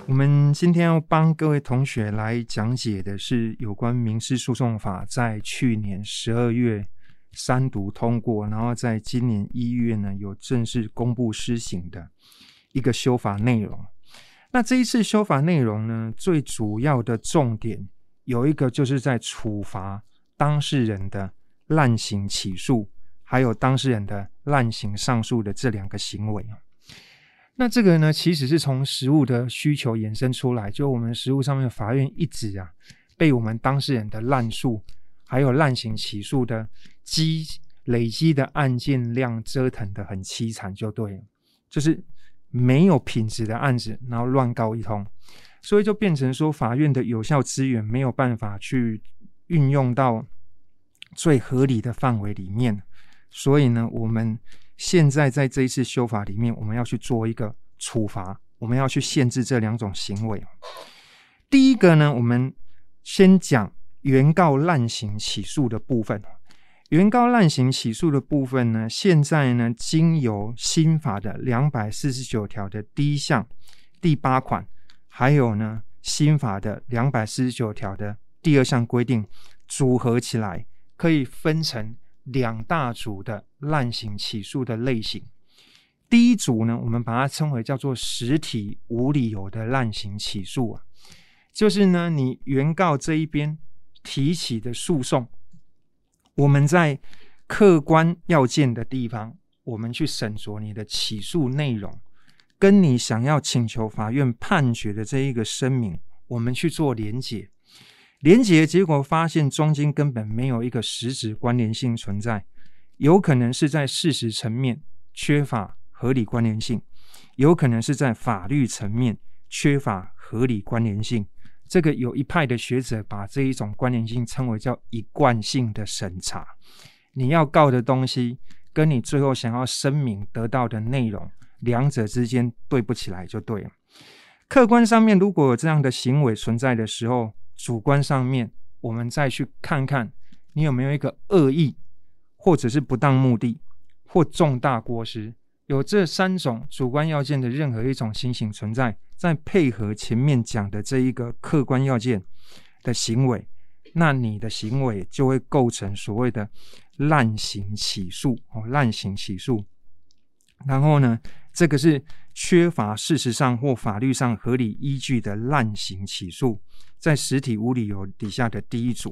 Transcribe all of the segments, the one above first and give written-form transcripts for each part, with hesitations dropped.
我们今天要帮各位同学来讲解的是有关民事诉讼法在去年12月三读通过，然后在今年1月呢有正式公布施行的一个修法内容。那这一次修法内容呢，最主要的重点有一个就是在处罚当事人的滥行起诉，还有当事人的滥行上诉的这2个行为。那这个呢，其实是从实务的需求衍生出来，就我们实务上面法院一直被我们当事人的滥诉还有滥行起诉的累积的案件量折腾得很凄惨就对了，就是没有品质的案子，然后乱告一通，所以就变成说法院的有效资源没有办法去运用到最合理的范围里面。所以呢，我们现在在这一次修法里面，我们要去做一个处罚，我们要去限制这2种行为。第一个呢，我们先讲原告滥行起诉的部分。原告滥行起诉的部分呢，现在呢，经由新法的249条的第1项第8款，还有呢新法的249条的第2项规定，组合起来可以分成2大组的滥行起诉的类型。第一组呢，我们把它称为叫做实体无理由的滥行起诉就是呢，你原告这一边提起的诉讼，我们在客观要件的地方，我们去审酌你的起诉内容，跟你想要请求法院判决的这一个声明，我们去做连结。连结结果发现中间根本没有一个实质关联性存在，有可能是在事实层面缺乏合理关联性，有可能是在法律层面缺乏合理关联性。这个有一派的学者把这一种关联性称为叫一贯性的审查，你要告的东西跟你最后想要声明得到的内容，2者之间对不起来就对了。客观上面如果有这样的行为存在的时候，主观上面我们再去看看你有没有一个恶意，或者是不当目的，或重大过失，有这3种主观要件的任何一种情形存在，再配合前面讲的这一个客观要件的行为，那你的行为就会构成所谓的滥行起诉滥行起诉。然后呢，这个是缺乏事实上或法律上合理依据的滥行起诉，在实体无理由底下的第一组。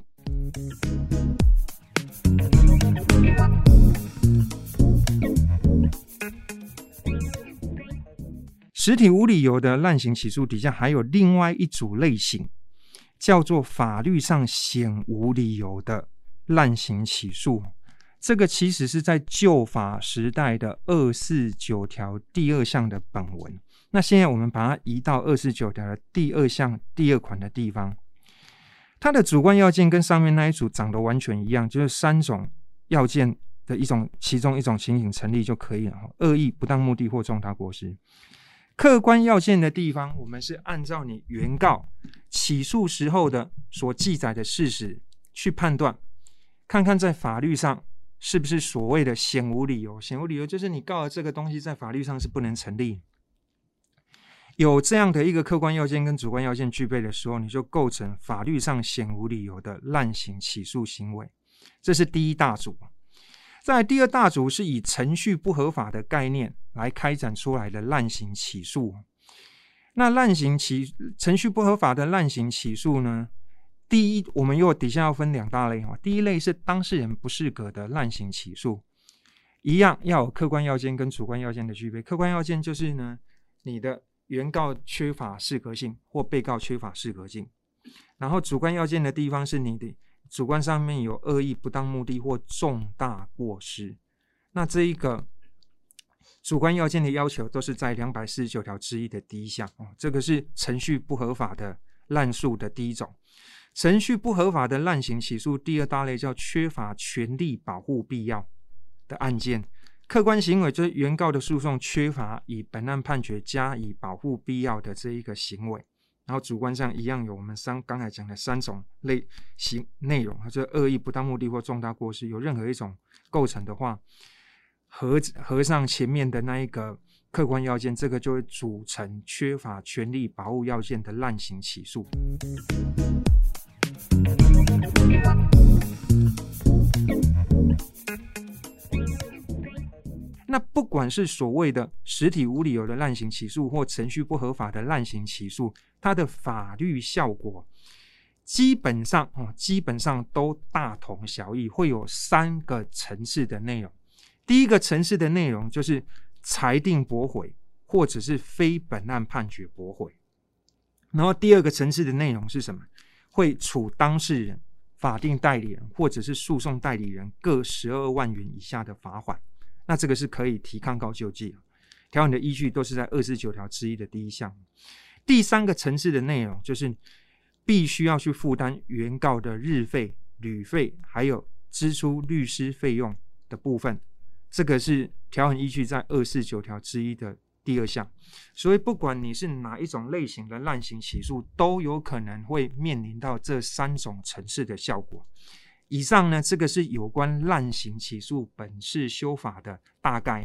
实体无理由的滥行起诉底下还有另外一组类型，叫做法律上显无理由的滥行起诉。这个其实是在旧法时代的249条第2项的本文，那现在我们把它移到249条的第2项第2款的地方。它的主观要件跟上面那一组长得完全一样，就是3种要件的其中一种情形成立就可以了，恶意、不当目的或重大过失。客观要件的地方，我们是按照你原告起诉时候的所记载的事实去判断，看看在法律上是不是所谓的显无理由。显无理由就是你告的这个东西在法律上是不能成立，有这样的一个客观要件跟主观要件具备的时候，你就构成法律上显无理由的滥行起诉行为。这是第一大组。再来第2大组是以程序不合法的概念来开展出来的滥行起诉。那程序不合法的滥行起诉呢，第一，我们又底下要分2大类。第一类是当事人不适格的滥行起诉，一样要有客观要件跟主观要件的具备。客观要件就是呢，你的原告缺乏适格性或被告缺乏适格性，然后主观要件的地方是你的主观上面有恶意、不当目的或重大过失。那这一个主观要件的要求都是在249条之一的第1项这个是程序不合法的滥诉的第一种。程序不合法的滥行起诉第2大类叫缺乏权利保护必要的案件。客观行为就是原告的诉讼缺乏以本案判决加以保护必要的这一个行为，然后主观上一样有我们刚才讲的3种类型内容，就是恶意、不当目的或重大过失，有任何一种构成的话，合上前面的那一个客观要件，这个就会组成缺乏权利保护要件的滥行起诉。那不管是所谓的实体无理由的滥行起诉或程序不合法的滥行起诉，它的法律效果基本上都大同小异，会有3个层次的内容。第一个层次的内容就是裁定驳回，或者是非本案判决驳回。然后第二个层次的内容是什么？会处当事人、法定代理人或者是诉讼代理人各12万元以下的罚款。那这个是可以提抗告救济，条文的依据都是在249条之一的第1项。第3个层次的内容就是必须要去负担原告的日费、旅费，还有支出律师费用的部分，这个是条文依据在249条之一的第2项。所以不管你是哪一种类型的滥行起诉，都有可能会面临到这3种层次的效果。以上呢，这个是有关滥行起诉本次修法的大概。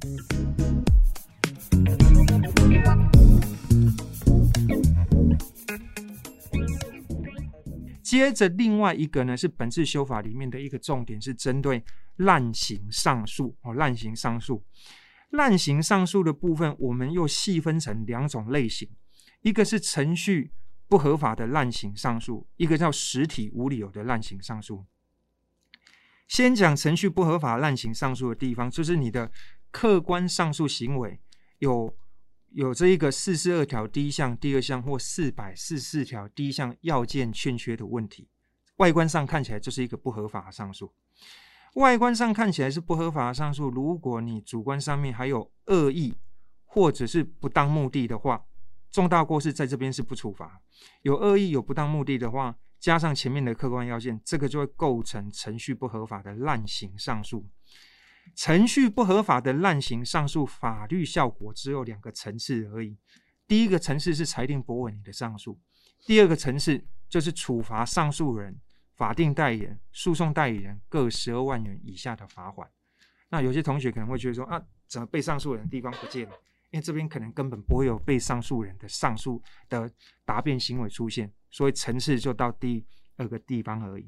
接着另外一个呢，是本次修法里面的一个重点，是针对滥行上诉。滥行上诉，滥行上诉的部分，我们又细分成2种类型，一个是程序不合法的滥行上诉，一个叫实体无理由的滥行上诉。先讲程序不合法滥行上诉的地方，就是你的客观上诉行为有这一个442条第1项、第2项或444条第1项要件欠缺的问题，外观上看起来就是一个不合法的上诉。外观上看起来是不合法的上诉，如果你主观上面还有恶意或者是不当目的的话，重大过失在这边是不处罚。有恶意有不当目的的话，加上前面的客观要件，这个就会构成程序不合法的滥行上诉。程序不合法的滥行上诉法律效果只有2个层次而已。第一个层次是裁定驳回你的上诉，第二个层次就是处罚上诉人、法定代理人、诉讼代理人各12万元以下的罚款。那有些同学可能会觉得说怎么被上诉人的地方不见了？因为这边可能根本不会有被上诉人的上诉的答辩行为出现，所以层次就到第2个地方而已。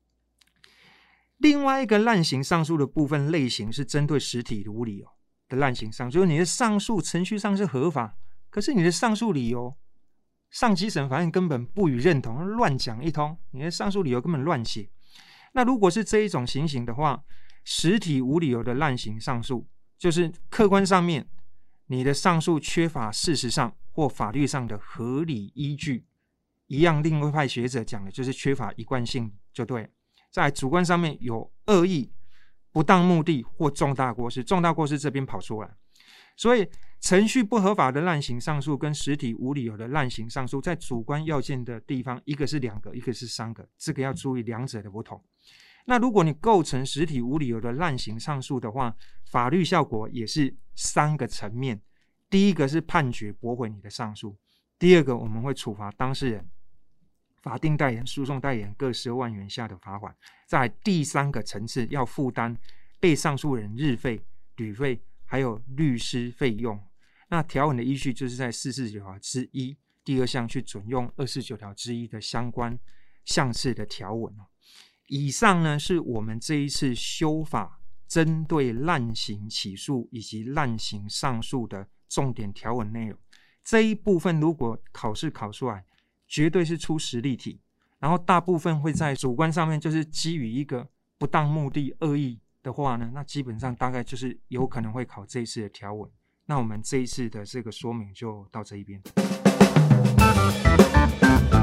另外一个滥行上诉的部分类型是针对实体无理由的滥行上诉，就是你的上诉程序上是合法，可是你的上诉理由上级审法院根本不予认同，乱讲一通，你的上诉理由根本乱写。那如果是这一种情形的话，实体无理由的滥行上诉，就是客观上面你的上诉缺乏事实上或法律上的合理依据，一样另外派学者讲的就是缺乏一贯性就对了。在主观上面有恶意、不当目的或重大过失，重大过失这边跑出来。所以程序不合法的滥行上诉跟实体无理由的滥行上诉，在主观要件的地方，一个是2个，一个是3个，这个要注意2者的不同。那如果你构成实体无理由的滥行上诉的话，法律效果也是3个层面。第一个是判决驳回你的上诉，第二个我们会处罚当事人、法定代理人、诉讼代理人各12万元下的罚款。在第3个层次要负担被上诉人日费、旅费还有律师费用。那条文的依据就是在449条之一第2项去准用249条之一的相关项次的条文。以上呢是我们这一次修法针对滥行起诉以及滥行上诉的重点条文内容。这一部分如果考试考出来，绝对是出实例题，然后大部分会在主观上面就是基于一个不当目的、恶意的话呢，那基本上大概就是有可能会考这一次的条文。那我们这一次的这个说明就到这一边。